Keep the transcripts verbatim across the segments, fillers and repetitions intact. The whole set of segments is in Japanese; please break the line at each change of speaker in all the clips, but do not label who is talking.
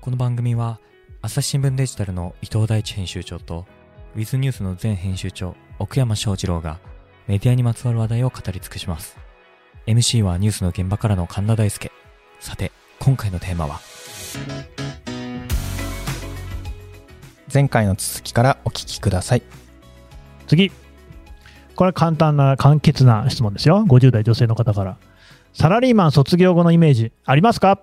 この番組は朝日新聞デジタルの伊藤大地編集長とウィズニュースの前編集長奥山翔二郎がメディアにまつわる話題を語り尽くします。 エムシー はニュースの現場からの神田大輔。さて今回のテーマは、
前回の続きからお聞きください。
次、これは簡単な簡潔な質問ですよ。ごじゅう代女性の方から、サラリーマン卒業後のイメージありますか？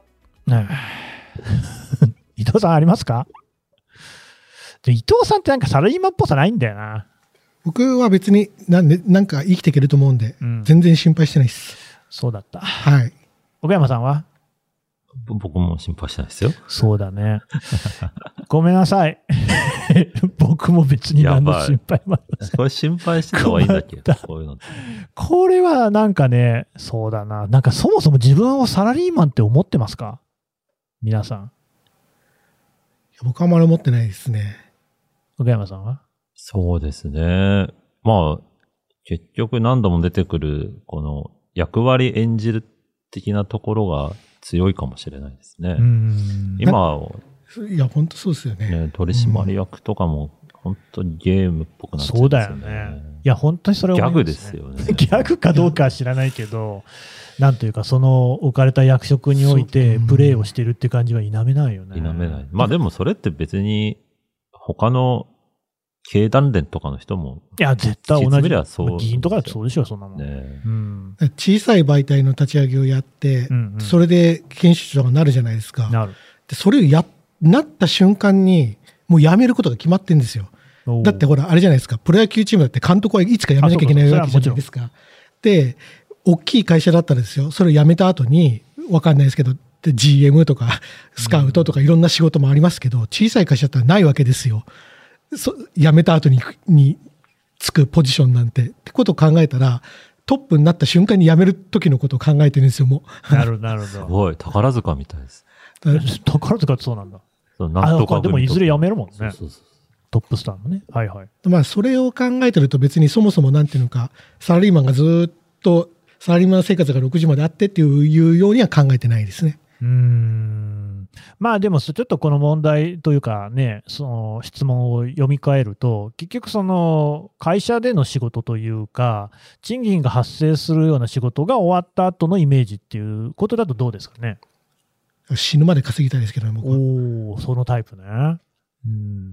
伊藤さんありますか？で伊藤さんってなんかサラリーマンっぽさないんだよな。
僕は別になんでなんか生きていけると思うんで、うん、全然心配してないです。
そうだった。
はい。
岡山さんは？
僕も心配してないですよ。
そうだね。ごめんなさい。僕も別に何の心配もない。
これ心配してた方がいいんだっけ？こういうの。
これはなんかね、そうだな。なんかそもそも自分をサラリーマンって思ってますか？皆さん。
僕はあまり思ってないですね。
岡山さんは？
そうですね。まあ、結局何度も出てくる、この役割演じる的なところが強いかもしれないですね。うん今、
いや、本当そうですよね。
ね取締役とかも、本当にゲームっぽくなっちゃうんですよね。
そうだよね。いや、本当にそれは、
ね、ギャグですよね。
ギャグかどうかは知らないけど、なんというか、その置かれた役職においてプレーをしてるって感じは否めないよね。
否めない。まあでもそれって別に、他の経団連とかの人も。
いや、絶対同じ。
そう
議員とかだってそうでしょ、そんなもん。
ね
うん、
小さい媒体の立ち上げをやって、うんうん、それで研修長がなるじゃないですか。
なる。
で、それをや、なった瞬間に、もう辞めることが決まってるんですよ。だってほら、あれじゃないですか、プロ野球チームだって監督はいつか辞めなきゃいけないわけじゃないですか。で、大きい会社だったらですよ、それを辞めた後に、わかんないですけど、ジーエム とかスカウトとかいろんな仕事もありますけど、小さい会社だったらないわけですよ。そ辞めた後に、につくポジションなんて。ってことを考えたら、トップになった瞬間に辞める時のことを考えてるんですよ、もう。
なるなるほど。
すごい、宝塚みたいです。
宝塚ってそうなんだ。
そうなんとか
あ、でもいずれ辞めるもんね。
そうそうそう
トップスターのね。はいはい。
まあ、それを考えてると別にそもそもなんていうのか、サラリーマンがずっと、サラリーマン生活がろくじまであってっていうようには考えてないですね。
うーん。まあでもちょっとこの問題というかね、その質問を読み替えると、結局その会社での仕事というか、賃金が発生するような仕事が終わった後のイメージっていうことだとどうですかね。
死ぬまで稼ぎたいですけどね、僕は。
おー、そのタイプね。うん。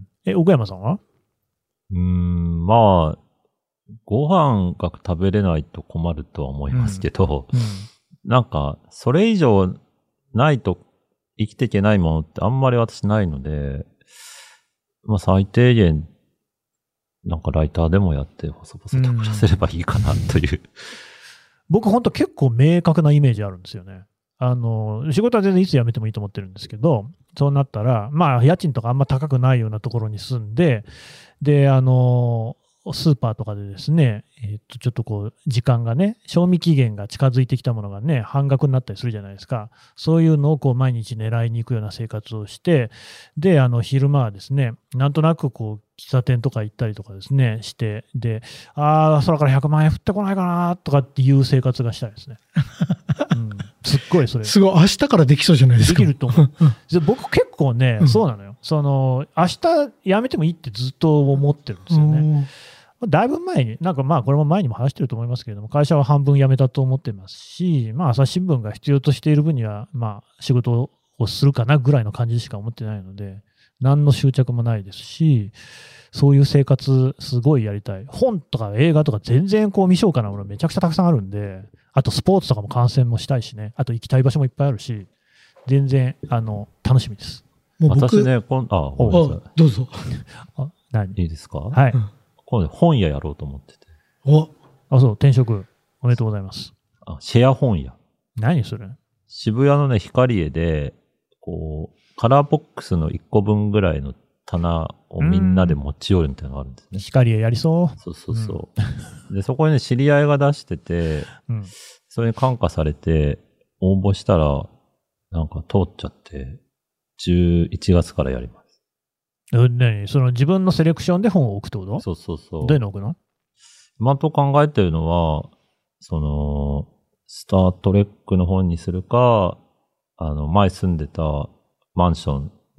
え、奥山さんは？
うーん、まあ、ご飯が食べれないと困るとは思いますけど、うんうん、なんか、それ以上ないと生きていけないものってあんまり私ないので、まあ最低限、なんかライターでもやって細々と暮らせればいいかなという、うん。
僕ほんと結構明確なイメージあるんですよね。あの、仕事は全然いつ辞めてもいいと思ってるんですけど、そうなったら、まあ家賃とかあんま高くないようなところに住んで、で、あの、スーパーとかでですね、えっと、ちょっとこう、時間がね、賞味期限が近づいてきたものがね、半額になったりするじゃないですか。そういうのをこう、毎日狙いに行くような生活をして、で、あの、昼間はですね、なんとなくこう、喫茶店とか行ったりとかですね、して、で、ああ、空からひゃくまんえん降ってこないかなとかっていう生活がしたいですね。うん、すっごいそれ。
すごい、明日からできそうじゃないですか。
できると思う。僕結構ね、うん、そうなのよ。その、明日辞めてもいいってずっと思ってるんですよね。だいぶ前に、なんかまあこれも前にも話してると思いますけれども、会社は半分辞めたと思ってますし、まあ朝日新聞が必要としている分には、まあ仕事をするかなぐらいの感じしか思ってないので、何の執着もないですし、そういう生活すごいやりたい。本とか映画とか全然こう未消化なものめちゃくちゃたくさんあるんで、あとスポーツとかも観戦もしたいしね、あと行きたい場所もいっぱいあるし、全然あの楽しみです。
もう僕私ね、こんあ、ごめんなさい。
どうぞ。
あ、何いいですか？
はい。
今度本屋やろうと思ってて。
お
あ、そう、転職おめでとうございます。
あ、シェア本屋。
何それ？
渋谷のね、ヒカリエで、こう、カラーボックスのいっこぶんぐらいの棚をみんなで持ち寄るみたいなのがあるんですね。
ヒカリエやりそう。
そうそうそう。うん、で、そこにね、知り合いが出してて、うん、それに感化されて、応募したら、なんか通っちゃって、じゅういちがつからやります。
何その自分のセレクションで本を置くってこと？
そうそうそう。
どういうの置くの？
今と考えてるのは、その、スタートレックの本にするか、あの、前住んでたマンション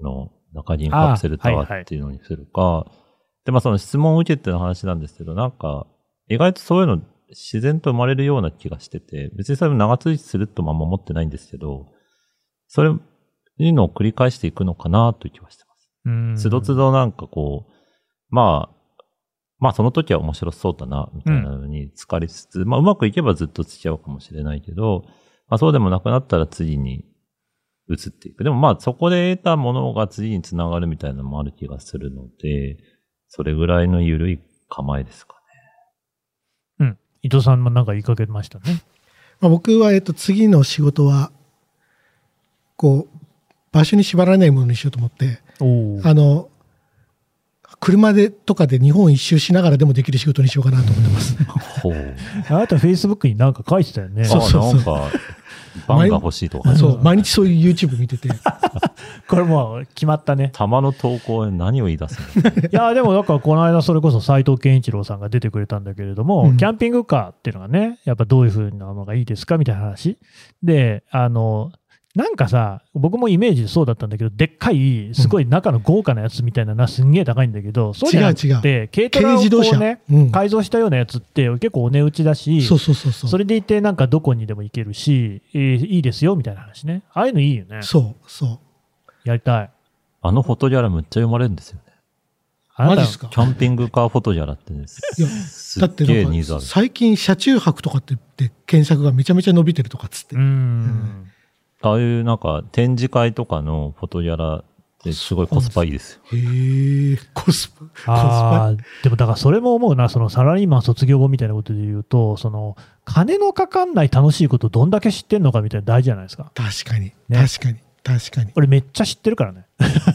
の中銀カプセルタワーっていうのにするか、はいはい、で、まあその質問を受けての話なんですけど、なんか、意外とそういうの自然と生まれるような気がしてて、別にそれも長続きするとまあ思ってないんですけど、それ、いうのを繰り返していくのかなという気はしてます。うん。つどつどなんかこう、まあ、まあその時は面白そうだな、みたいなのに疲れつつ、うん、まあうまくいけばずっと付き合うかもしれないけど、まあそうでもなくなったら次に移っていく。でもまあそこで得たものが次につながるみたいなのもある気がするので、それぐらいの緩い構えですか
ね。うん。伊藤さんもなんか言いかけましたね。
まあ、僕は、えっと、次の仕事は、こう、場所に縛られないものにしようと思って、あの、車でとかで日本一周しながらでもできる仕事にしようかなと思ってます。
ほう。
あなたフェイスブックになんか書いてたよね。
そうそうそう。なんか、バンが欲しいとか。
そう、毎日そういう YouTube 見てて。
これもう決まったね。
たまの投稿で何を言い出すのい
や、でもだからこの間それこそ斉藤健一郎さんが出てくれたんだけれども、うん、キャンピングカーっていうのがね、やっぱどういう風なのがいいですかみたいな話。で、あの、なんかさ、僕もイメージそうだったんだけど、でっかい、すごい中の豪華なやつみたいなのはすんげえ高いんだけど、うん、そうじゃなくて、軽トラをこうね、うん、改造したようなやつって結構お値打ちだし、
そうそうそうそう、
それでいてなんかどこにでも行けるし、えー、いいですよみたいな話ね。ああいうのいいよね。
そうそう。
やりたい。
あのフォトギャラむっちゃ読まれるんですよね。
マジですか？
キャンピングカーフォトギャラってね、いや、
だってなんか最近車中泊とかってって検索がめちゃめちゃ伸びてるとかっつって。
うんうん
ああいうなんか展示会とかのフォトギャラってすごいコスパいいですよ。
へえ、コスパ。
ああ、でもだからそれも思うな、そのサラリーマン卒業後みたいなことで言うと、その金のかかんない楽しいことどんだけ知ってんのかみたいな大事じゃないですか。
確かに、ね、確かに、確かに。
俺めっちゃ知ってるからね。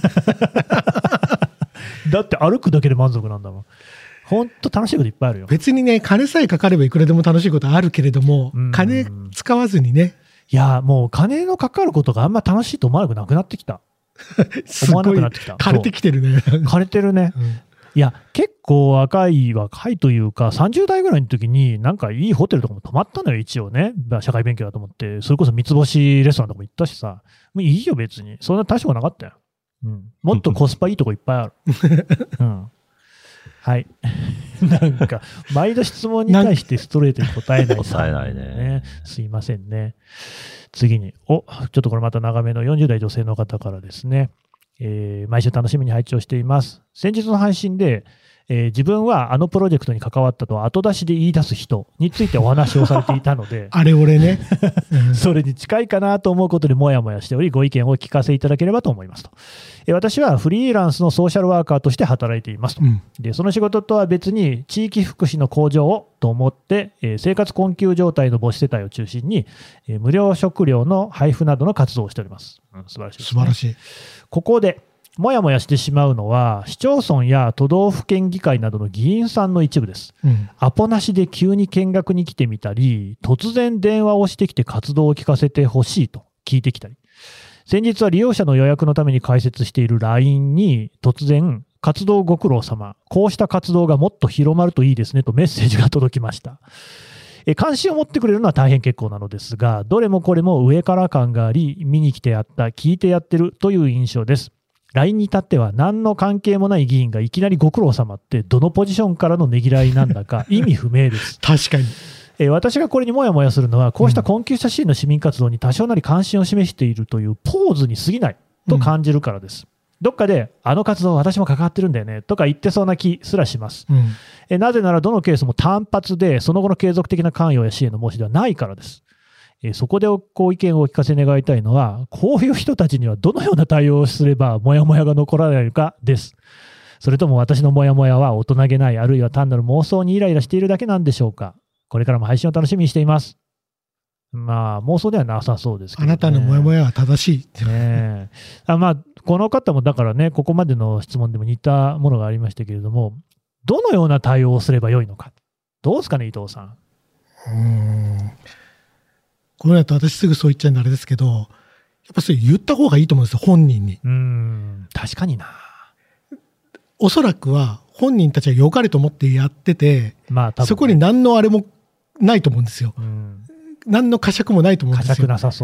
だって歩くだけで満足なんだもん。本当楽しいこといっぱいあるよ。
別にね、金さえかかればいくらでも楽しいことあるけれども、金使わずにね。
いや、もう金のかかることがあんま楽しいと思わなくなくなってきた。思わなくなってきた。
枯れてきてるね。
枯れてるね。うん、いや、結構若い、若いというか、さんじゅう代ぐらいの時に、なんかいいホテルとかも泊まったのよ、一応ね。社会勉強だと思って。それこそ三つ星レストランとかも行ったしさ。もういいよ、別に。そんな大したことなかったよ。うん。もっとコスパいいとこいっぱいある。うん。はい。なんか、毎度質問に対してストレートに答えない、ね。
答えないね。
すいませんね。次に、お、ちょっとこれまた長めのよんじゅう代女性の方からですね。えー、毎週楽しみに拝聴しています。先日の配信で、えー、自分はあのプロジェクトに関わったと後出しで言い出す人についてお話をされていたので、
あれ俺ね。
それに近いかなと思うことでもやもやしており、ご意見を聞かせいただければと思いますと。えー、私はフリーランスのソーシャルワーカーとして働いていますと。うん、で、その仕事とは別に地域福祉の向上をと思って、えー、生活困窮状態の母子世帯を中心に、えー、無料食料の配布などの活動をしております。うん、素晴らしいですね。
素晴らしい。
ここでもやもやしてしまうのは、市町村や都道府県議会などの議員さんの一部です。うん、アポなしで急に見学に来てみたり、突然電話をしてきて活動を聞かせてほしいと聞いてきたり、先日は利用者の予約のために開設している ライン に突然、活動ご苦労様、こうした活動がもっと広まるといいですねとメッセージが届きました。え関心を持ってくれるのは大変結構なのですが、どれもこれも上から感があり、見に来てやった、聞いてやってるという印象です。ライン に至っては何の関係もない議員がいきなりご苦労様ってどのポジションからのねぎらいなんだか意味不明です。
確かに。
えー、私がこれにもやもやするのは、こうした困窮者支援の市民活動に多少なり関心を示しているというポーズに過ぎないと感じるからです。うん、どっかであの活動私も関わってるんだよねとか言ってそうな気すらします。うん、えー、なぜならどのケースも単発でその後の継続的な関与や支援の申し出はないからです。えー、そこでこう意見をお聞かせ願いたいのは、こういう人たちにはどのような対応をすればモヤモヤが残らないのかです。それとも私のモヤモヤは大人げない、あるいは単なる妄想にイライラしているだけなんでしょうか。これからも配信を楽しみにしています。まあ妄想ではなさそうですけどね。
あなたのモヤモヤは正しい。
ねあまあ、この方もだからね、ここまでの質問でも似たものがありましたけれども、どのような対応をすればよいのか。どうですかね、伊藤さん。
うーんこれだと私すぐそう言っちゃうのあれですけど、やっぱそれ言った方がいいと思うんですよ、本人に。
うーん、確かにな。
おそらくは本人たちは良かれと思ってやってて、まあ多分ね、そこに何のあれもないと思うんですよ。うん、何の呵責もないと思うんですよ。
呵責なさそう。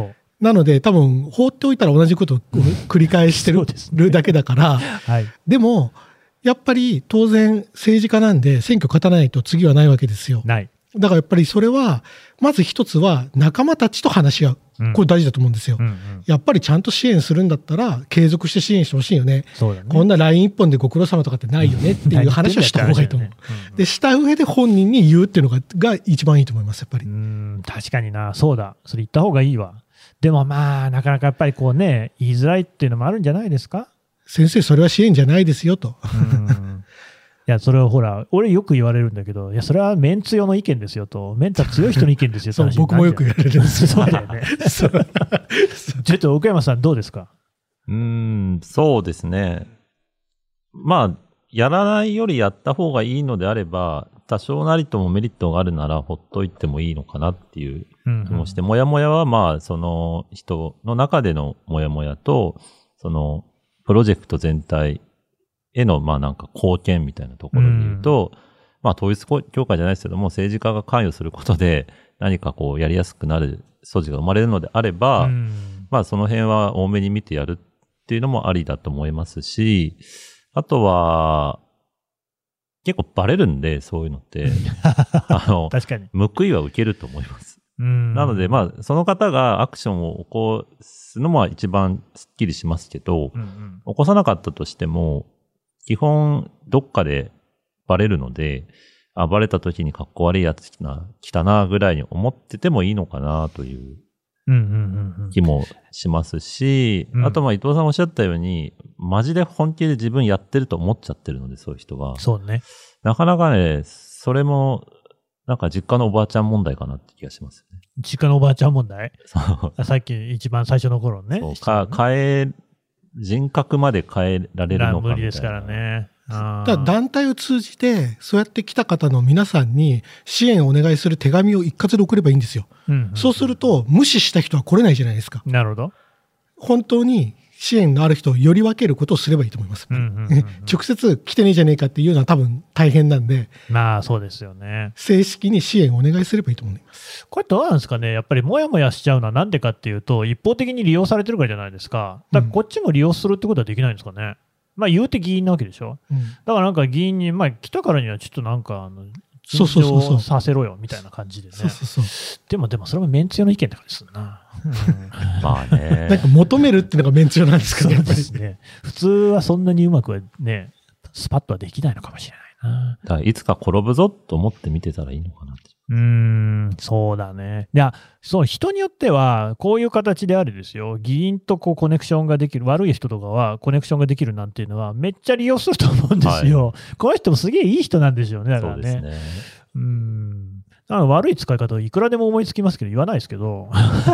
なので多分放っておいたら同じことを繰り返してるるだけだから、
はい、
でもやっぱり当然政治家なんで選挙勝たないと次はないわけですよ。
ない。
だからやっぱりそれはまず一つは仲間たちと話し合う、うん、これ大事だと思うんですよ、うんうん、やっぱりちゃんと支援するんだったら継続して支援してほしいよね。
そうだね。
こんな ライン 一本でご苦労様とかってないよねっていう話をした方がいいと思う、うんうん、でした上で本人に言うっていうのがが一番いいと思います。やっぱり。
うーん、確かにな。そうだ、それ言った方がいいわ。でもまあなかなかやっぱりこうね言いづらいっていうのもあるんじゃないですか。
先生それは支援じゃないですよと。
うんいや、それはほら、俺よく言われるんだけど、いや、それはメンツ用の意見ですよと、メンタ強い人の意見ですよと。
僕もよく言われるんですよ。
そうだよね。ちょっと奥山さんどうですか？
うーん、そうですね。まあ、やらないよりやった方がいいのであれば、多少なりともメリットがあるならほっといてもいいのかなっていう気もして、もやもやはまあ、その人の中でのもやもやと、その、プロジェクト全体、への、まあなんか貢献みたいなところで言うと、うん、まあ統一教会じゃないですけども、政治家が関与することで何かこうやりやすくなる素地が生まれるのであれば、うん、まあその辺は多めに見てやるっていうのもありだと思いますし、あとは、結構バレるんで、そういうのって。あの、
確かに。
報いは受けると思います。うんなので、まあ、その方がアクションを起こすのは一番スッキリしますけど、うんうん、起こさなかったとしても、基本、どっかでバレるので、あ、バレた時にかっこ悪いやつ来たな、来たな、ぐらいに思っててもいいのかな、という気もしますし、あと、まあ、伊藤さんおっしゃったように、マジで本気で自分やってると思っちゃってるので、そういう人は。
そうね。
なかなかね、それも、なんか実家のおばあちゃん問題かなって気がしますね。
実家のおばあちゃん問題？そう。さっき一番最初の頃ね。
そう、か、変え、人格まで変えられるのかみたいな。
無理ですからね。
だから団体を通じて、そうやって来た方の皆さんに支援をお願いする手紙を一括で送ればいいんですよ。うんうんうん、そうすると、無視した人は来れないじゃないですか。
なるほど。
本当に支援のある人をより分けることをすればいいと思います。うんうんうんうん、直接来てねえじゃねえかっていうのは多分大変なんで。
まあそうですよね。
正式に支援をお願いすればいいと思います。
これどうなんですかね。やっぱりもやもやしちゃうのはなんでかっていうと、一方的に利用されてるからじゃないですか。だからこっちも利用するってことはできないんですかね。うん、まあ言うて議員なわけでしょ。うん、だからなんか議員に、まあ来たからにはちょっとなんか、あの、緊張させろよみたいな感じでね。
そうそうそう。
でもでもそれもメンツ用の意見って感じするな。うん、
まあね。
なんか求めるっていうのがメンツ用なんですかね。
そうですね。普通はそんなにうまくはね、スパッとはできないのかもしれないな。
だからいつか転ぶぞと思って見てたらいいのかなって。
うーん、そうだね。いや、そう、人によっては、こういう形であれですよ、議員とこうコネクションができる、悪い人とかはコネクションができるなんていうのは、めっちゃ利用すると思うんですよ。はい、この人もすげえいい人なんですよね、だからね。そうですね。うーん。悪い使い方いくらでも思いつきますけど、言わないですけど。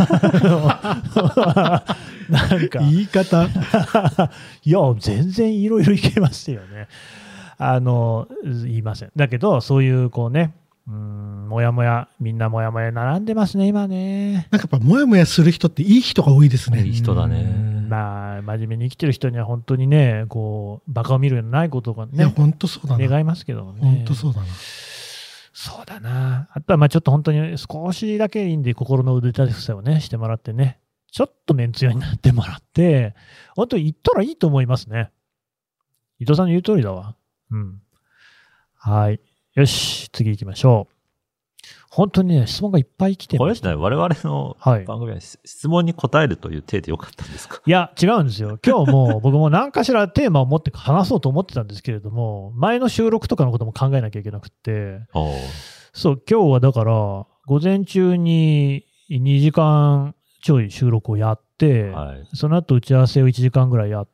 なんか。
言い方
いや、全然いろいろいけますよね。あの、言いません。だけど、そういう、こうね、うーん、もやもや、みんなもやもや並んでますね、今ね。
なんかやっぱもやもやする人っていい人が多いですね。
いい人だね。
まあ、真面目に生きてる人には本当にね、こう、バカを見るようなないことがね。
いや、本当そうだな。
願いますけどね。
本当そうだな。
そうだな。あとは、まあちょっと本当に少しだけいいんで、心の腕立て伏せをね、してもらってね、ちょっとメンツ用になってもらって、本当に言ったらいいと思いますね。伊藤さんの言う通りだわ。うん。はい。よし、次行きましょう。本当にね、質問がいっぱい来てます。
これじゃない、我々の番組は質問に答えるという体でよかったんですか？
いや、違うんですよ。今日も僕も何かしらテーマを持って話そうと思ってたんですけれども、前の収録とかのことも考えなきゃいけなくて、そう、今日はだから、午前中ににじかんちょい収録をやって、はい、その後打ち合わせをいちじかんぐらいやって、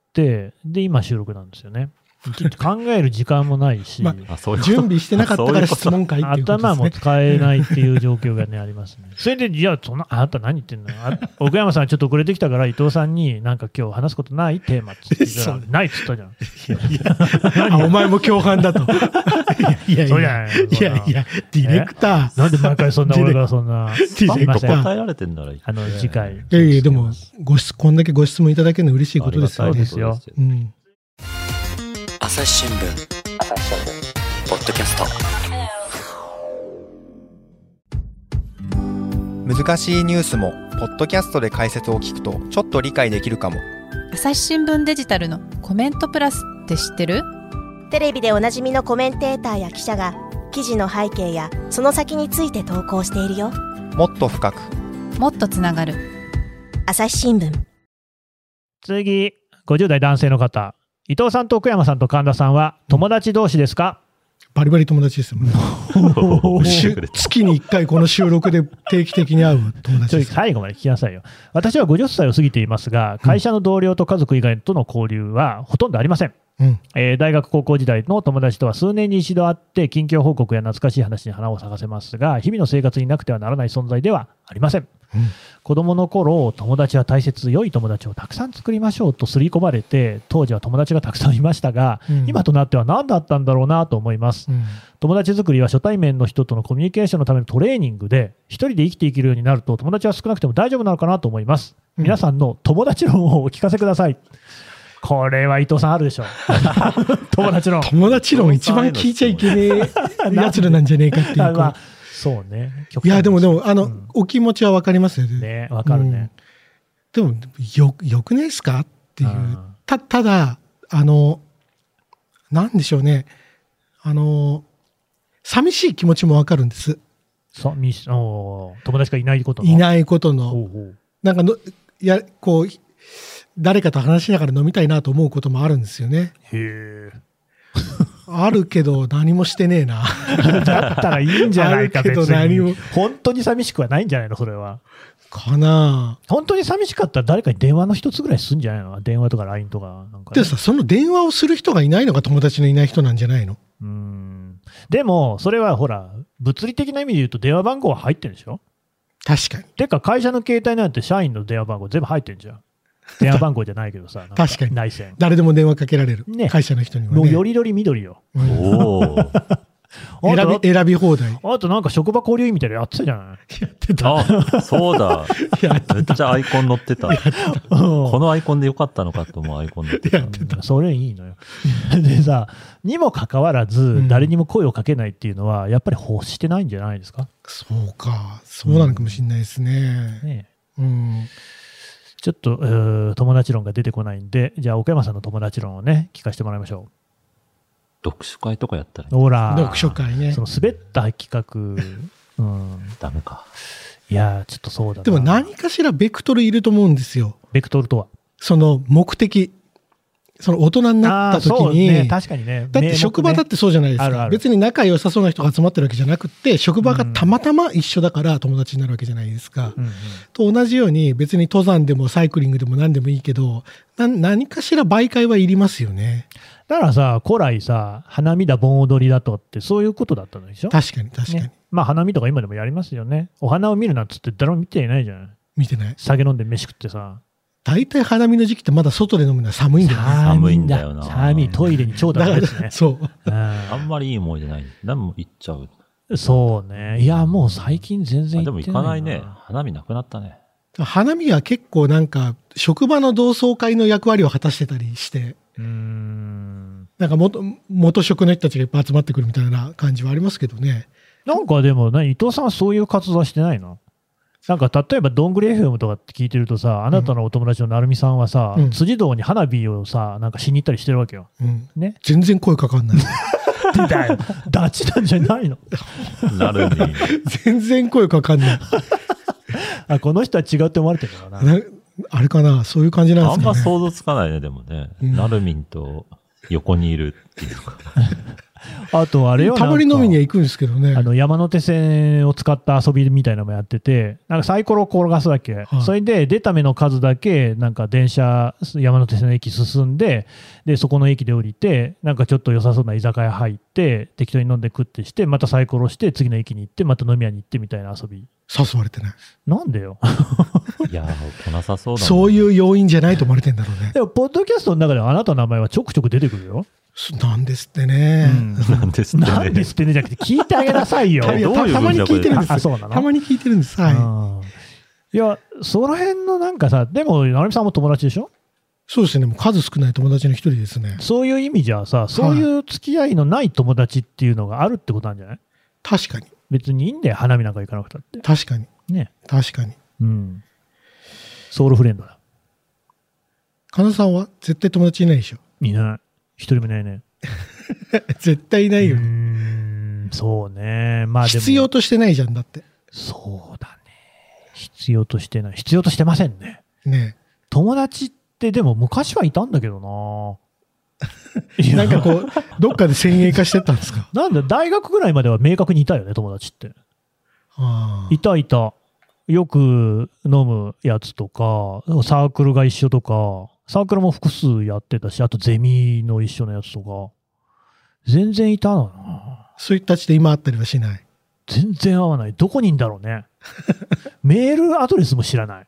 で、今収録なんですよね。考える時間もないし、ま
あ、準備してなかったから質問会っていうことですね。
頭も使えないっていう状況がね、ありますね。それで、いや、そんな、あなた何言ってんの？奥山さんちょっと遅れてきたから、伊藤さんになんか今日話すことないテーマって言ったら、ないっつったじゃん。い
やいやお前も共犯だと。いやいや、
そうじゃない。
いやいや、ディレクタ
ー。なんで毎回そんな俺がそんな、
すいません。答えられてんならいい。
あの、次回。
いやいや、でも、ご質、こんだけご質問いただけるの嬉しいことですよ。
そうですよ。うん。
朝日新聞朝日新聞ポッドキャスト。
難しいニュースもポッドキャストで解説を聞くとちょっと理解できるかも。
朝日新聞デジタルのコメントプラスって知ってる？
テレビでおなじみのコメンテーターや記者が記事の背景やその先について投稿しているよ。
もっと深く、
もっとつながる。
朝日新聞。
次、ごじゅう代男性の方。伊藤さんと奥山さんと神田さんは友達同士ですか？
バリバリ友達ですよ。月にいっかいこの収録で定期的に会う友達です。
最後まで聞きなさいよ。私はごじゅっさいを過ぎていますが、会社の同僚と家族以外との交流はほとんどありません。うんえー、大学高校時代の友達とは数年に一度会って近況報告や懐かしい話に花を咲かせますが、日々の生活になくてはならない存在ではありません。うん、子供の頃、友達は大切、良い友達をたくさん作りましょうと刷り込まれて、当時は友達がたくさんいましたが、うん、今となっては何だったんだろうなと思います、うん、友達作りは初対面の人とのコミュニケーションのためのトレーニングで、一人で生きていけるようになると友達は少なくても大丈夫なのかなと思います、うん、皆さんの友達論をお聞かせください。これは伊藤さんあるでしょ友達論
友達論一番聞いちゃいけねえやつらなんじゃねえかっていう
まあ、そうね。
いやでもでもあの、うん、お気持ちは分かりますよ
ね。分かるね、
うん、でもよよくないですかっていう、うん、たただあのなんでしょうね、あの寂しい気持ちも分かるんです。
寂しお友達がいないことの
いないことのおうおうなんかのやこう誰かと話しながら飲みたいなと思うこともあるんですよね。
へ
あるけど何もしてねえな
だったらいいんじゃないか。
あるけど何も
本当に寂しくはないんじゃないのそれは。
かな。
本当に寂しかったら誰かに電話の一つぐらいするんじゃないの。電話とか ライン とかなんか、ね、
でさ、その電話をする人がいないのが友達のいない人なんじゃないの。
うーんでもそれはほら物理的な意味で言うと電話番号は入ってるでしょ。
確かに。
てか会社の携帯なんて社員の電話番号全部入ってるじゃん。電話番号じゃないけどさ、
なんか確かに
内線
誰でも電話かけられる、ね、会社の人にはね。
もうよりどりみどりよ、うん、
お
選び選び放題。
あとなんか職場交流員みたいなのやってたじゃない。
やってた。
あ、そうだめっちゃアイコン載ってた。このアイコンでよかったのかと思うアイコン載ってた。
やってた。
それいいのよでさ、にもかかわらず誰にも声をかけないっていうのはやっぱり欲してないんじゃないですか。
そうか、そうなのかもしれないですね、うん、ねうん
ちょっと友達論が出てこないんで、じゃあ岡山さんの友達論をね聞かせてもらいましょ
う。読書会とかやったらい
い。ほら
読書会ね。
その滑った企画、うん、
ダメか。
いやちょっとそうだな。
でも何かしらベクトルいると思うんですよ。
ベクトルとはそ
の目的、その大人になった時に、
ね、確かにね。
だって職場だってそうじゃないですか。あるある。別に仲良さそうな人が集まってるわけじゃなくて、職場がたまたま一緒だから友達になるわけじゃないですか、うんうん、と同じように別に登山でもサイクリングでも何でもいいけど、な何かしら媒介はいりますよね。
だからさ、古来さ、花見だ盆踊りだとってそういうことだったのでしょ。
確かに確かに、ね、
まあ花見とか今でもやりますよね。お花を見るなんつって誰も見ていないじゃない。
見てない。
酒飲んで飯食ってさ。
大体花見の時期ってまだ外で飲むのは寒いんだよね。
寒いんだよな。
寒い、トイレに超ダメですね。
そう。
あんまりいい思い出ない。何も行っちゃう。
そうね。いや、もう最近全然行ってないな。
でも行かないね。花見なくなったね。
花見は結構なんか、職場の同窓会の役割を果たしてたりして、うーんなんか元、元職の人たちがいっぱい集まってくるみたいな感じはありますけどね。
なんかでも、伊藤さんはそういう活動はしてないの？なんか例えばどんぐり エフエム とかって聞いてるとさ、あなたのお友達の成美さんはさ、うん、辻堂に花火をさなんかしに行ったりしてるわけよ、うんね、
全然声かかんない
だよダチなんじゃないの
なるに
全然声かかんない
あこの人は違うって思われてるのかな。
あれかな、そういう感じなんですかね。
あんま想像つかないね。でもね、うん、なるみんと横にいるっていうか
あとあれよ、
たまに飲みには行くんですけどね。
あの山手線を使った遊びみたいなのもやってて、なんかサイコロを転がすだけ、はい、それで出た目の数だけなんか電車山手線の駅進んで、でそこの駅で降りてなんかちょっと良さそうな居酒屋入って適当に飲んで食ってして、またサイコロして次の駅に行ってまた飲み屋に行ってみたいな遊び。
誘われてない。
なんでよ
いや来なさそうだ、ね、
そういう要因じゃないと思われてんだろうね。
でもポッドキャストの中ではあなたの名前はちょくちょく出てくるよ。
なんですってね、うん、
なんですってね
なんですってねじゃなくて聞いてあげなさいよ
た, たまに聞いてるんです。あ、そうなの。たまに聞いてるんです。はい。
いやその辺のなんかさ、でも成美さんも友達でしょ。
そうですね。もう数少ない友達の一人ですね。
そういう意味じゃさ、そういう付き合いのない友達っていうのがあるってことなんじゃない？
確かに。
別にいいんだよ、花見なんか行かなくたって。
確かに。
ね。
確かに。
うん。 ソウルフレンドだ。
金さんは絶対友達いないでしょ。
いない。一人もいないね。
絶対いないよ
うー
ね。
ん、そうね。まあでも。
必要としてないじゃんだって。
そうだね。必要としてない。必要としてませんね。
ね
友達ってでも昔はいたんだけど
な。なんかこう、どっかで先鋭化してったんですか。
なんだ、大学ぐらいまでは明確にいたよね、友達って。
あ
いたいた。よく飲むやつとか、サークルが一緒とか、サークルも複数やってたし、あとゼミの一緒のやつとか、全然いたのな。
そういったちで今あったりはしない。
全然合わない。どこにいんだろうね。メールアドレスも知らない。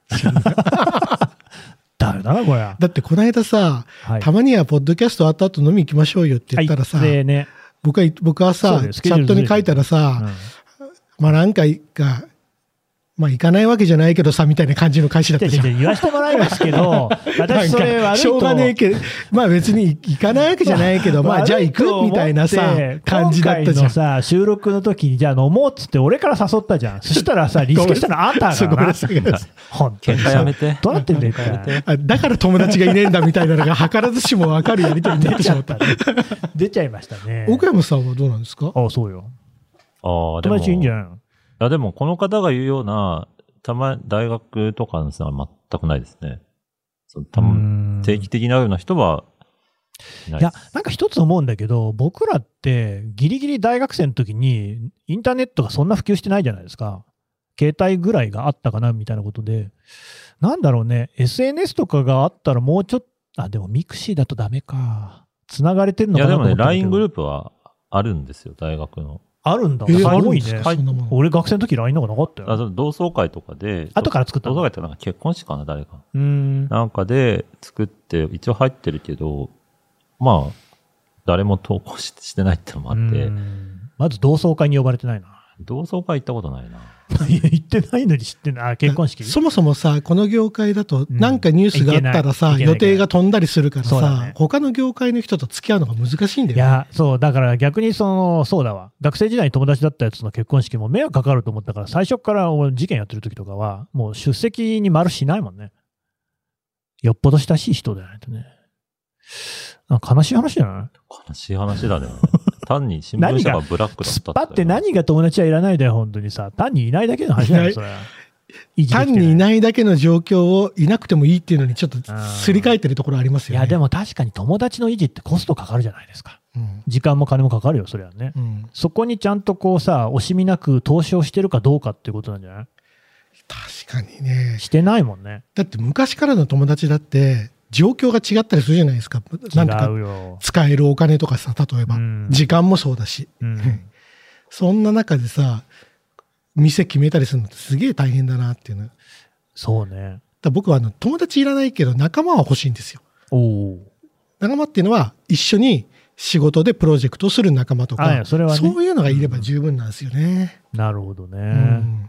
だめだな、これ。
だってこの間さ、
はい、
たまにはポッドキャスト終わった後飲み行きましょうよって言ったらさ、
はいね、
僕は、僕はさ、チャットに書いたらさ、うん、まあ何回か、まあ行かないわけじゃないけどさみたいな感じの返しだったじゃん。
言わせてもらいますけど、私それ悪いと
しょうがねえけど、まあ別に行かないわけじゃないけど、まあじゃあ行くみたいなさ感じだったじゃん。
今回のさ収録の時にじゃあ飲もうっつって俺から誘ったじゃん。そしたらさリスケしたのあんただからな。
本当にやめて。
どうなってんだよ。
だから友達がいねえんだみたいなのが図らずしも分かるやりとりになってしまった。
出ちゃいましたね。
奥山さんはどうなんですか。
ああそうよ。
ああ
友達いいんじゃないの。
いやでもこの方が言うようなたま、大学とかの人は全くないですね。そのた定期的なような人はいないです。
いや、なんか一つ思うんだけど、僕らってギリギリ大学生の時にインターネットがそんな普及してないじゃないですか。携帯ぐらいがあったかなみたいなことで。なんだろうね、エスエヌエス とかがあったらもうちょっと、あ、でもミクシーだとダメか。繋がれてるのかなと思ったけど。
いやでもね、ライン グループはあるんですよ、大学の。
あるんだ。
えー、
すごい
ね。
俺学生の時 ライン なんかなかったよ。
あ、同窓会とかで。
後から作った
同窓会ってなんか結婚式かな、誰か。
うん。
なんかで作って、一応入ってるけど、まあ、誰も投稿し、してないってのもあって。
まず同窓会に呼ばれてないな。
同窓会行ったことないな。
いや、行ってないのに知ってんな。結婚式。
そもそもさ、この業界だと、なんかニュースがあったらさ、うん、予定が飛んだりするからさ、ね、他の業界の人と付き合うのが難しいんだよね。
いや、そう、だから逆にその、そうだわ。学生時代に友達だったやつの結婚式も迷惑かかると思ったから、最初から事件やってる時とかは、もう出席に丸しないもんね。よっぽど親しい人じゃないとね。なんか悲しい話じゃない？
悲しい話だね。単に新聞社がブラックだったって。
突っ張って何が友達はいらないだよ、本当にさ。単にいないだけの話だよ、それ。
単にいないだけの状況をいなくてもいいっていうのにちょっとすり替えてるところありますよね。
いや、でも確かに友達の維持ってコストかかるじゃないですか。うん、時間も金もかかるよ、それはね、うん。そこにちゃんとこうさ、惜しみなく投資をしてるかどうかっていうことなんじゃない？
確かにね。
してないもんね。
だって昔からの友達だって、状況が違ったりするじゃないですか。なんとか使えるお金とかさ、例えば、うん、時間もそうだし、うん、そんな中でさ、店決めたりするのってすげえ大変だなっていうの。
そうね。
だ僕はあの友達いらないけど仲間は欲しいんですよ。
お
仲間っていうのは一緒に仕事でプロジェクトをする仲間とか、
それはね、
そういうのがいれば十分なんですよね。
うん、なるほどね。うん、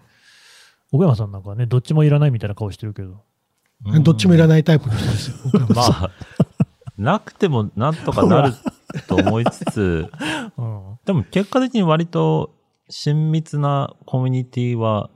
奥山さんなんかね、どっちもいらないみたいな顔してるけど。
どっちもいらないタイプの人ですよ。
まあ、なくてもなんとかなると思いつつ、うん、でも結果的に割と親密なコミュニティは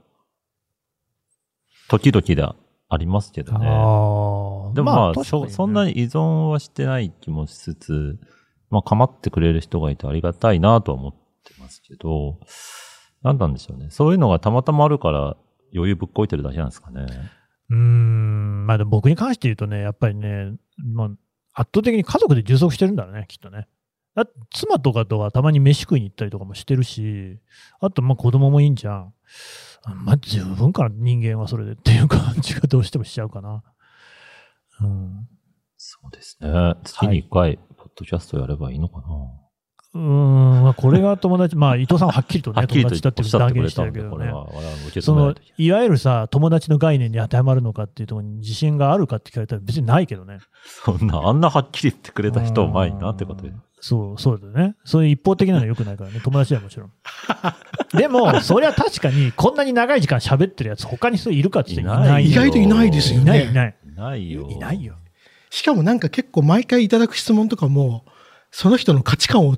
時々でありますけどね。あでもまあ、まあね、そ、そんなに依存はしてない気もしつつ、まあ構ってくれる人がいてありがたいなとは思ってますけど、なんなんでしょうね。そういうのがたまたまあるから余裕ぶっこいてるだけなんですかね。
うーん、まあでも僕に関して言うとね、やっぱりね、まあ、圧倒的に家族で充足してるんだろうね、きっとね。だって妻とかとはたまに飯食いに行ったりとかもしてるし、あとまあ子供もいいんじゃん。まあ十分かな、人間はそれでっていう感じがどうしてもしちゃうかな。うん、
そうですね。月にいっかい、ポッドキャストやればいいのかな。
うーん、これが友達、まあ伊藤さんははっきりとね、友達だって断言してるけどね。その、いわゆるさ、友達の概念に当てはまるのかっていうところに自信があるかって聞かれたら別にないけどね。
そんな、あんなはっきり言ってくれた人うまいなってことで。
そう、そうだよね。そういう一方的なのは良くないからね、友達はもちろん。でも、それは確かに、こんなに長い時間喋ってるやつ、他にそういるかって言っていない。
意外といないですよね。
いない、いない。
いないよ。
いないよ。
しかもなんか結構毎回いただく質問とかも、その人の価値観を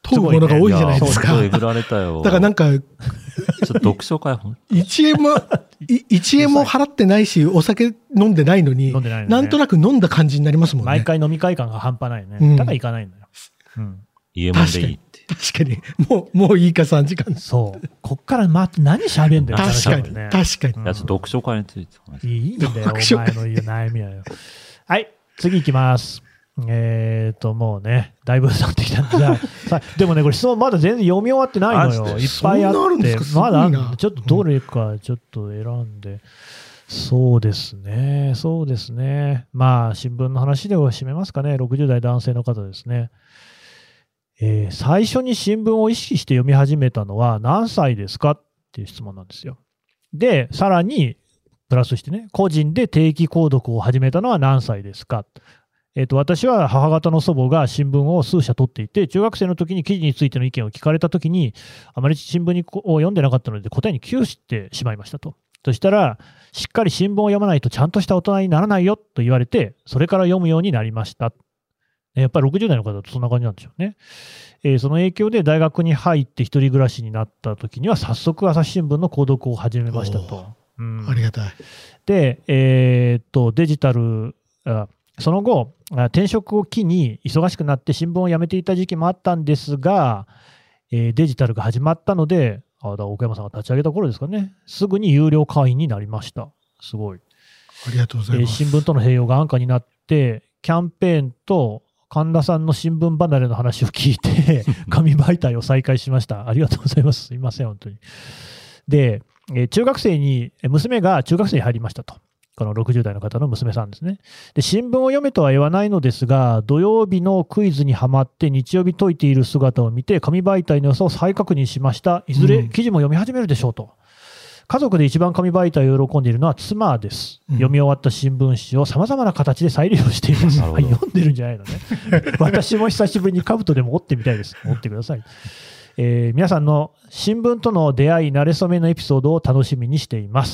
問うものが多いじゃないですか。
そうえぐられたよ。
だからなんか、
ちょっと読書会、
いちえんも、いちえんも払ってないし、お酒飲んでないのに、
飲んでないのね、
なんとなく飲んだ感じになりますもんね。
毎回飲み会感が半端ないね。
うん、
だから行かないんだよ。うん、
家もんでいいって。
確かに。もう、もういいかさんじかん。
そう。こっからま、何喋んだよ。
確かに。ね、確かに。
いや、ちょっと読書会について。
いいんだよ、お前の言う悩みはよ。はい、次行きます。えーと、もうね、だいぶ経ってきたんで、じゃあ、でもね、これ質問まだ全然読み終わってないのよ。いっぱいあって、まだ、ちょっとどれかちょっと選んで、うん、そうですね、そうですね。まあ、新聞の話で締めますかね。ろくじゅう代男性の方ですね。えー、最初に新聞を意識して読み始めたのは何歳ですかっていう質問なんですよ。で、さらに、プラスしてね、個人で定期購読を始めたのは何歳ですか。えーと、私は母方の祖母が新聞を数社取っていて、中学生の時に記事についての意見を聞かれた時に、あまり新聞にを読んでなかったので答えに窮してしまいましたと。そしたら、しっかり新聞を読まないとちゃんとした大人にならないよと言われて、それから読むようになりました。やっぱりろくじゅう代の方だとそんな感じなんでしょうね。えー、その影響で大学に入って一人暮らしになった時には、早速朝日新聞の購読を始めましたと。
うん、ありがたい。
で、えー、っと、デジタル、あその後、転職を機に忙しくなって新聞を辞めていた時期もあったんですが、えー、デジタルが始まったので、あだ奥山さんが立ち上げた頃ですかね、すぐに有料会員になりました。すごい。
ありがとうございます。
えー、新聞との併用が安価になって、キャンペーンと神田さんの新聞離れの話を聞いて、紙媒体を再開しました。ありがとうございます。すいません、本当に。で、えー、中学生に、娘が中学生に入りましたと。このろくじゅう代の方の娘さんですね。で、新聞を読めとは言わないのですが、土曜日のクイズにはまって日曜日解いている姿を見て、紙媒体の良さを再確認しました。いずれ記事も読み始めるでしょうと。うん、家族で一番紙媒体を喜んでいるのは妻です。うん、読み終わった新聞紙をさまざまな形で再利用しています。読んでるんじゃないのね。私も久しぶりに兜でも折ってみたいです。折ってください。えー、皆さんの新聞との出会い、慣れ初めのエピソードを楽しみにしています。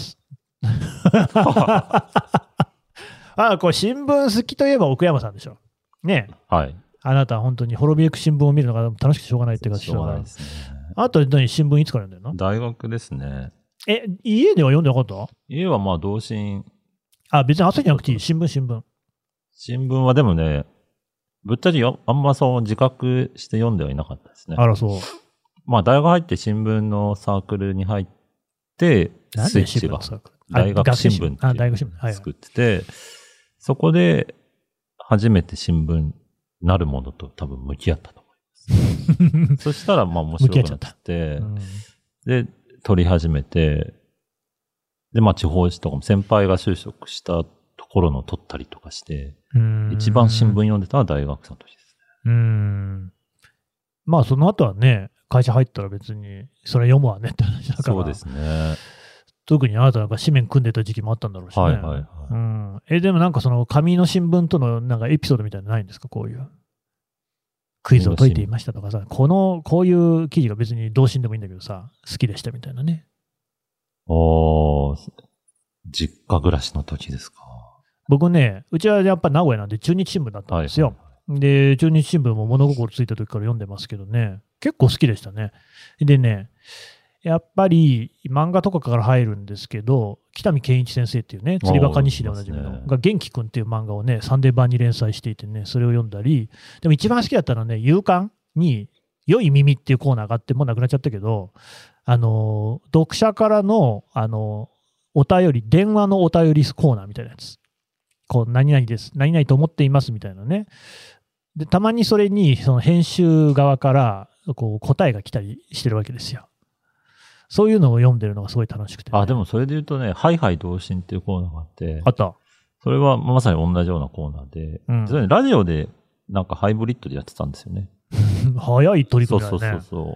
あ、これ新聞好きといえば奥山さんでしょ。ねえ。
はい。
あなたは本当に滅びゆく新聞を見るのが楽しくてしょうがないっていうか、
しょうがないですね。
あと何新聞いつから読んでるの？
大学ですね。
え、家では読んでなかった？
家はまあ同心。
あ、別に朝じゃなくていい。新聞新聞。
新聞はでもね、ぶっちゃけあんまそう自覚して読んではいなかったですね。
あらそう。
まあ大学入って新聞のサークルに入って、スイッチが。大学新聞っていうのを作ってて、はいはい、そこで初めて新聞なるものと多分向き合ったと思います。そしたらまあ面白くなって、うん、で、撮り始めて、で、まあ地方紙とかも先輩が就職したところの撮ったりとかして、一番新聞読んでたのは大学生の時です
ね。うーん。まあその後はね、会社入ったら別にそれ読むわねって話だから。
そうですね。
特にあなたなんか紙面組んでた時期もあったんだろうしね。
はいはいはい。
うん、え、でもなんかその紙の新聞とのなんかエピソードみたいなのないんですか？こういう。クイズを解いていましたとかさ、この、こういう記事が別に同心でもいいんだけどさ、好きでしたみたいなね。
おー、実家暮らしの時ですか。
僕ね、うちはやっぱ名古屋なんで中日新聞だったんですよ。はいはいはい、で、中日新聞も物心ついた時から読んでますけどね、結構好きでしたね。でね、やっぱり漫画とかから入るんですけど、北見健一先生っていうね、釣りバカ日誌でおなじみの、ね、が元気くんっていう漫画をね、サンデー版に連載していてね、それを読んだり、でも一番好きだったのはね、夕刊に、良い耳っていうコーナーがあって、もうなくなっちゃったけど、あの、読者からの、あの、お便り、電話のお便りコーナーみたいなやつ。こう、何々です、何々と思っていますみたいなね。で、たまにそれに、その編集側から、こう、答えが来たりしてるわけですよ。そういうのを読んでるのがすごい楽しくて、ね。
あ、でもそれで言うとね、ハイハイ同心っていうコーナーがあって。
あった。
それはまさに同じようなコーナーで、うん、それラジオでなんかハイブリッドでやってたんですよね。
早い取り組みだね。
そうそうそう。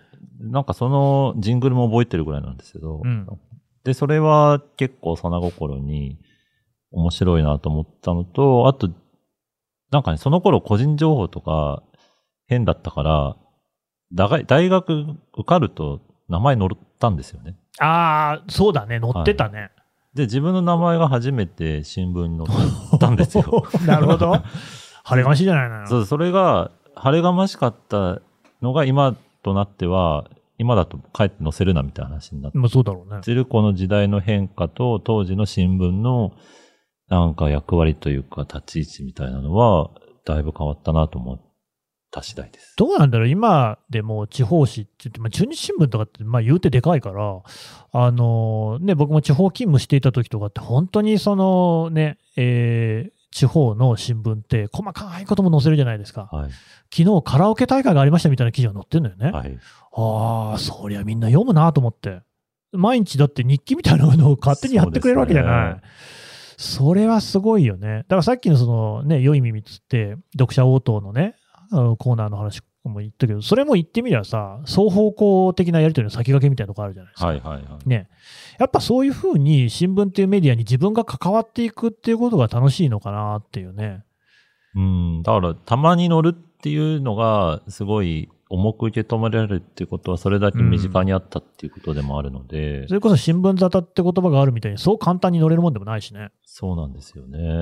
なんかそのジングルも覚えてるぐらいなんですけど、うん、で、それは結構幼心に面白いなと思ったのと、あと、なんかね、その頃個人情報とか変だったから、大学受かると名前載ったんですよね。
ああ、そうだね、載ってたね、はい。
で、自分の名前が初めて新聞に載ったんですよ。
なるほど。晴れがましいじゃないの。
そう、それが晴れがましかったのが今となっては、今だと帰って載せるなみたいな話になって
まあそうだろうね。
るこの時代の変化と当時の新聞のなんか役割というか立ち位置みたいなのはだいぶ変わったなと思った次第です。
どうなんだろう、今でも地方紙って言って、まあ、中日新聞とかってまあ言うてでかいから、あのね、僕も地方勤務していた時とかって、本当にそのね、えー、地方の新聞って細かいことも載せるじゃないですか。
はい、
昨日カラオケ大会がありましたみたいな記事が載ってるんだよね。
はい、
ああ、そりゃみんな読むなと思って。毎日だって日記みたいなのを勝手にやってくれるわけじゃない。そ, それはすごいよね。だからさっきのそのね、良い耳つって読者応答のね、コーナーの話も言ったけど、それも言ってみればさ、双方向的なやり取りの先駆けみたいなとこあるじゃないですか。
はいはいはい。
ね。やっぱそういうふうに新聞っていうメディアに自分が関わっていくっていうことが楽しいのかなっていうね。
うん、だからたまに乗るっていうのがすごい重く受け止められるっていうことはそれだけ身近にあったっていうことでもあるので、
うん、それこそ新聞沙汰って言葉があるみたいにそう簡単に乗れるもんでもないしね。
そうなんですよね。
うん、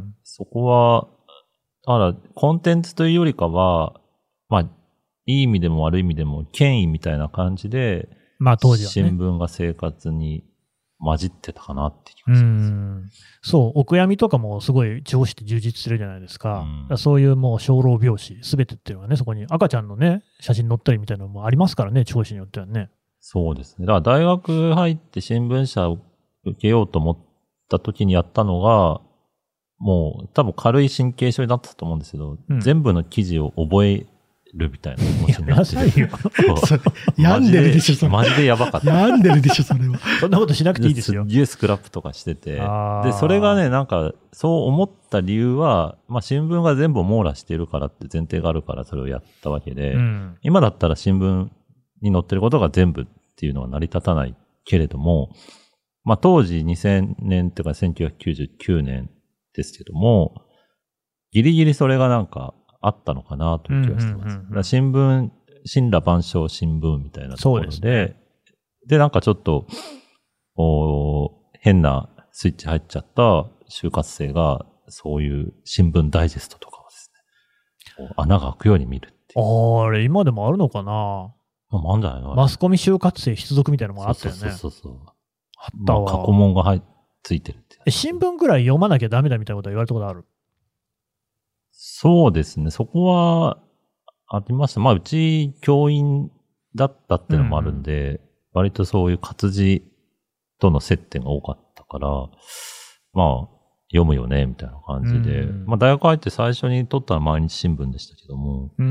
そこは、だからコンテンツというよりかは、まあ、いい意味でも悪い意味でも権威みたいな感じで、
まあ当時はね、
新聞が生活に混じってたかなって気がします。
うん、そう、お悔やみとかもすごい地方紙って充実してるじゃないですか。
うん、
そういうもう精霊拍子すべてっていうのがね、そこに赤ちゃんのね、写真載ったりみたいなのもありますからね、地方紙によってはね。
そうですね。だから大学入って新聞社を受けようと思った時にやったのが、もう多分軽い神経症になってたと思うんですけど、うん、全部の記事を覚えるみたいな気持ちになってて。
病んでるでしょ、それ。
マジでやばかった。
病んでるでしょ、それは。
そんなことしなくていいですよ。
すっげえスクラップとかしてて。で、それがね、なんか、そう思った理由は、まあ新聞が全部網羅しているからって前提があるからそれをやったわけで、うん、今だったら新聞に載ってることが全部っていうのは成り立たないけれども、まあ当時にせんねんっていうかせんきゅうひゃくきゅうじゅうきゅうねんですけども、ギリギリそれがなんかあったのかなという気がしてます。うんうんうんうん、だから新聞、神羅万象新聞みたいなところで、で、ね、で、なんかちょっと、お変なスイッチ入っちゃった就活生が、そういう新聞ダイジェストとかをですね、穴が開くように見るっていう。
あれ、今でもあるのかな？
まあ、あんじゃないの？
マスコミ就活生必読みたいなのもあったよね。
そうそうそうそう。
あったわ。
まあ、過去問が入っついてるって。
え、新聞ぐらい読まなきゃダメだみたいなことは言われたことある？
そうですね。そこは、ありました。まあ、うち、教員だったっていうのもあるんで、うん、割とそういう活字との接点が多かったから、まあ、読むよね、みたいな感じで。うん、まあ、大学入って最初に取ったのは毎日新聞でしたけども、
うん、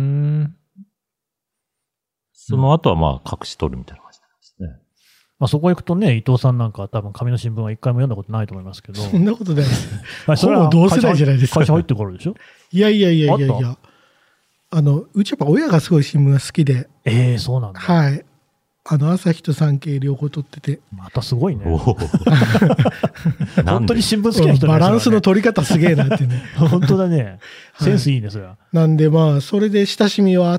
その後はまあ、隠し取るみたいな感じなんですね。
まあ、そこ行くとね、伊藤さんなんかは多分紙の新聞は一回も読んだことないと思いますけど。
そんなことないです。まあ、それは同世代じゃないですか。
会社入ってからでしょ？
いやいやいやいやいや。あの、うちやっぱ親がすごい新聞が好きで。
ええー、そうなんだ。
はい。あの、朝日と産経両方取ってて。
またすごいね。本当に新聞好きな人、ね、
バランスの取り方すげえなってね。
本当だね。センスいいね、それは。
なんでまあ、それで親しみはあって、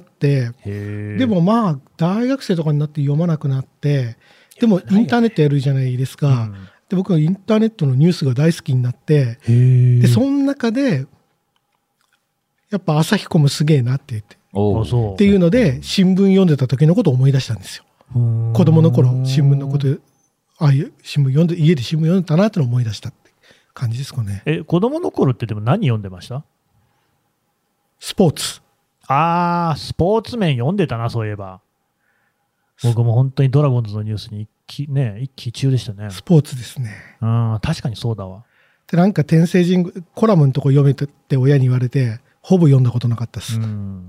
でもまあ、大学生とかになって読まなくなって、でもインターネットやるじゃないですか。うん、で僕はインターネットのニュースが大好きになって、で、その中で、やっぱ朝日コムすげえなって言って。っていうので、新聞読んでた時のことを思い出したんですよ。子供の頃、新聞のこと、ああいう新聞読んで、家で新聞読んでたなってのを思い出したって感じですかね。
え、子供の頃ってでも何読んでました？
スポーツ。
ああ、スポーツ面読んでたな、そういえば。僕も本当にドラゴンズのニュースに一気、ね、一気中でしたね。
スポーツですね。
うん、確かにそうだわ。
で、なんか天聖神宮、コラムのとこ読めてって親に言われて、ほぼ読んだことなかったです。うん、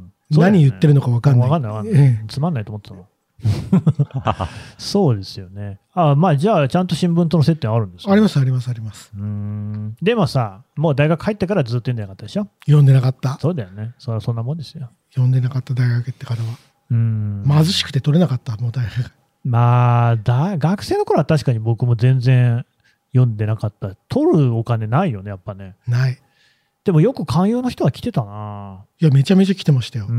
何言ってるのか分かんない。
分かんない、分かんない。ええ、つまんないと思ってたの。そうですよね。あ、まあじゃあちゃんと新聞との接点あるんですか？
ありますありますあります。
うーん。でもさ、もう大学入ってからずっと読んでなかったでしょ？
読んでなかった。
そうだよね。それはそんなもんですよ。
読んでなかった、大学行ってからは。うーん。貧しくて取れなかった、もう大学。
まあだ学生の頃は確かに僕も全然読んでなかった。取るお金ないよね、やっぱね。
ない。
でもよく勧誘の人は来てたな。
いや、めちゃめちゃ来てましたよ。
うん。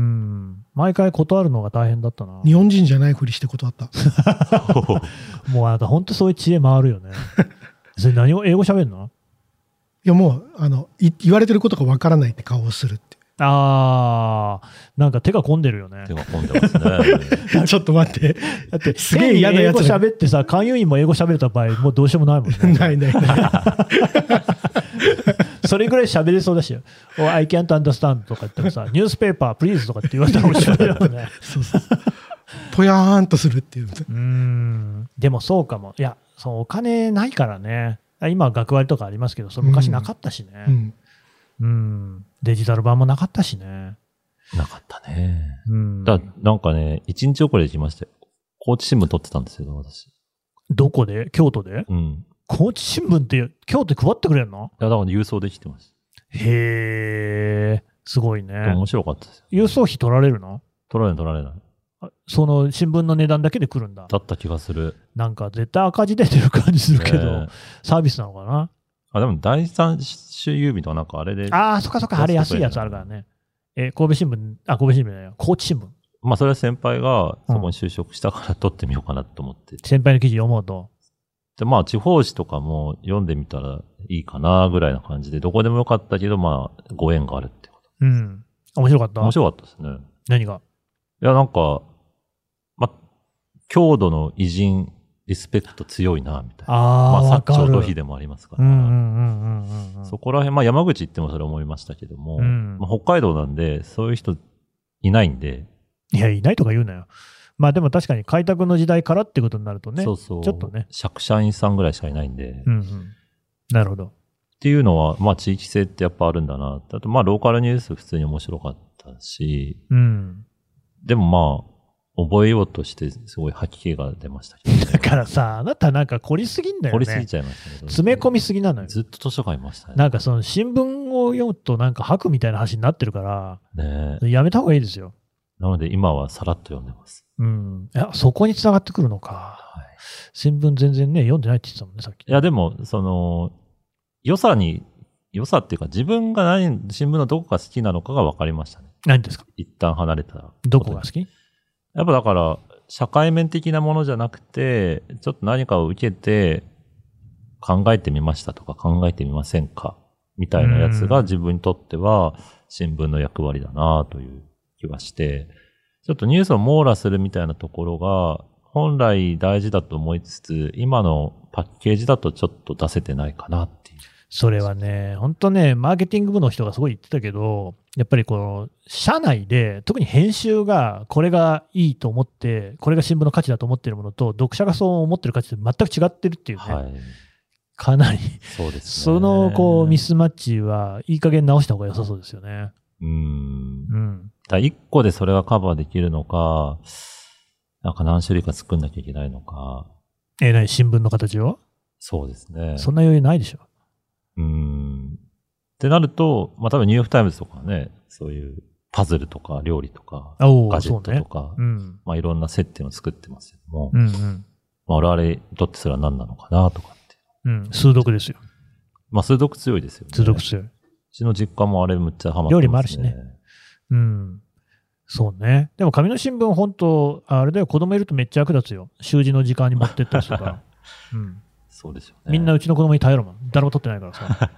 毎回断るのが大変だったな。
日本人じゃないふりして断った。
もうあなた本当そういう知恵回るよね。それ何を英語喋るの？
いや、もう、あの、い言われてることがわからないって顔をするって。
あー、なんか手が込んでるよね。
手が込んでますね。
ちょっと待って。
だって
すげえ嫌なやつだ
英語喋ってさ、勧誘員も英語喋れた場合、もうどうしようもないもんね。
ないないない。
それぐらい喋れそうだしよ。お I can't understand とか言ってもさ、ニュースペーパー、プリーズとかって言われたら面白いよね。
そうそう。ぽやーんとするっていう。
うーん、でもそうかも。いや、そのお金ないからね。今は学割とかありますけど、それ昔なかったしね。
うん
うん、デジタル版もなかったしね。
なかったね。
うん、
だなんかね、一日遅れで来ましたよ。高知新聞撮ってたんですよ、私。
どこで？京都で？
うん。
高知新聞って京都で配ってくれるの？
いや、だから郵送できてます。
へー、すごいね。
面白かったですよ。
郵送費取られるの？
取られない取られない。
その新聞の値段だけで来るんだ。
だった気がする。
なんか絶対赤字出てる感じするけど、
ね、
サービスなのかな。
あ、でも第三種郵便とかなんかあれで。
ああ、そっかそっか、あれ安いやつあるからね。え、神戸新聞、あ、神戸新聞だよ。高知新聞。
まあそれは先輩がそこに就職したから取ってみようかなと思って。うん、
先輩の記事読もうと。
で、まあ地方紙とかも読んでみたらいいかなぐらいな感じで、どこでもよかったけど、まあご縁があるってこと。
うん。面白かった？
面白かったですね。
何が？
いや、なんか、まあ、郷土の偉人、リスペクト強いな、みたいな。
ああ、
まあ、
薩長
土肥でもありますから。
うんうんうんうんうん、
そこら辺、まあ、山口行ってもそれ思いましたけども、
うん
まあ、北海道なんで、そういう人いないんで。
いや、いないとか言うなよ。まあ、でも確かに開拓の時代からってことになるとね。
そうそう。
ちょっとね。
借社員さんぐらいしかいないんで。
うんうん。なるほど。
っていうのは、まあ、地域性ってやっぱあるんだな。あと、まあ、ローカルニュース普通に面白かったし、
うん。
でもまあ、覚えようとしてすごい吐き気が出ましたけど、ね、
だからさ、あなたなんか凝りすぎんだよね。
凝りすぎちゃいましたけど、ね、
詰め込みすぎなのよ。
ずっと図書館いましたね。
なんかその新聞を読むとなんか吐くみたいな話になってるから、
ね、
やめた方がいいですよ。
なので今はさらっと読んでます。
うん。いや、そこに繋がってくるのか。はい、新聞全然ね、読んでないって言ってたもんね、さっき。
いや、でも、その、良さに、良さっていうか自分が何、新聞のどこが好きなのかが分かりましたね。
何ですか？
一旦離れたら。
どこが好き？
やっぱだから、社会面的なものじゃなくて、ちょっと何かを受けて考えてみましたとか考えてみませんかみたいなやつが自分にとっては新聞の役割だなという気はして、ちょっとニュースを網羅するみたいなところが本来大事だと思いつつ、今のパッケージだとちょっと出せてないかなっていう。
それはね、本当ね、マーケティング部の人がすごい言ってたけど、やっぱりこの、社内で、特に編集がこれがいいと思って、これが新聞の価値だと思っているものと、読者がそう思ってる価値って全く違ってるっていうね。はい、かなり。
そうですね。
その、こう、ミスマッチはいい加減直した方が良さそうですよね。
うん。
うん。
だ一個でそれがカバーできるのか、なんか何種類か作んなきゃいけないのか。
え、何新聞の形を？
そうですね。
そんな余裕ないでしょ。
うーん。ってなると、まあ多分ニューヨークタイムズとかね、そういうパズルとか料理とか、ガジェットとか、ねうん、まあいろんな接点を作ってますけども、うんうん、まあ我々にとってそれは何なのかなとかって。
うん、数読ですよ。
まあ数読強いですよね。
数読強い。う
ちの実家もあれむっちゃハマってますね。
料理もあるしね。うん。そうね。でも紙の新聞本当、あれだよ、子供いるとめっちゃ役立つよ。習字の時間に持ってったりとか。うん。
そうですよね。
みんなうちの子供に頼るもん。誰も取ってないからさ。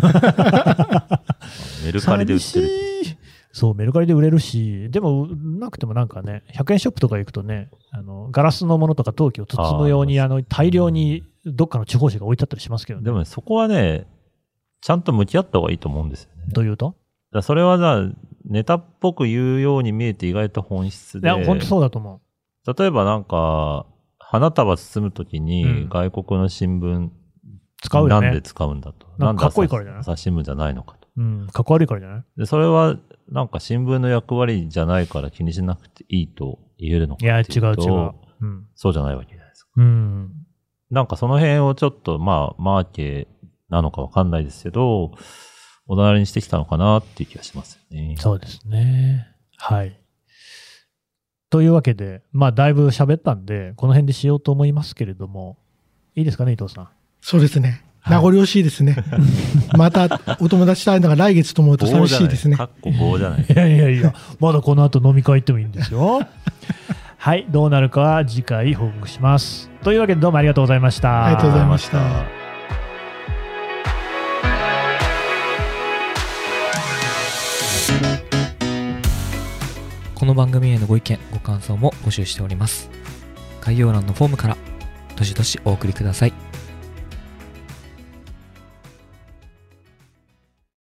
メルカリで売ってる。
そう、メルカリで売れるし、でも、なくてもなんかね、ひゃくえんショップとか行くとね、あのガラスのものとか陶器を包むように、あの大量にどっかの地方紙が置いてあったりしますけどね。
でもね、そこはね、ちゃんと向き合った方がいいと思うんですよね。
どういうと？
だそれはな、ネタっぽく言うように見えて意外と本質で。
いや、本当そうだと思
う。例えばなんか、花束包むときに外国の新聞、うん、
使うよね。
なんで使うんだと。
なんかかっこいいからじゃない？
朝日新聞じゃないのかと。
うん、かっこ悪いからじゃない？
で、それはなんか新聞の役割じゃないから気にしなくていいと言えるのかっていうと。
いや、違う違う。うん、
そうじゃないわけじゃないですか。
うん。
なんかその辺をちょっとまあ、マーケなのかわかんないですけど、おなりにしてきたのかなっていう気がしますよね。
そうですね。はい。というわけで、まあ、だいぶ喋ったんで、この辺でしようと思いますけれども、いいですかね、伊藤さん。
そうですね。名残惜しいですね。またお友達と会えるのが来月と思うと寂しいですね。
かっこ棒じゃない。
いやいやいや、まだこの後飲み会行ってもいいんですよ。はい、どうなるかは次回報告します。というわけでどうもありがとうございました。
ありがとうございました。
の番組へのご意見、ご感想も募集しております。概要欄のフォームからどしどしお送りください。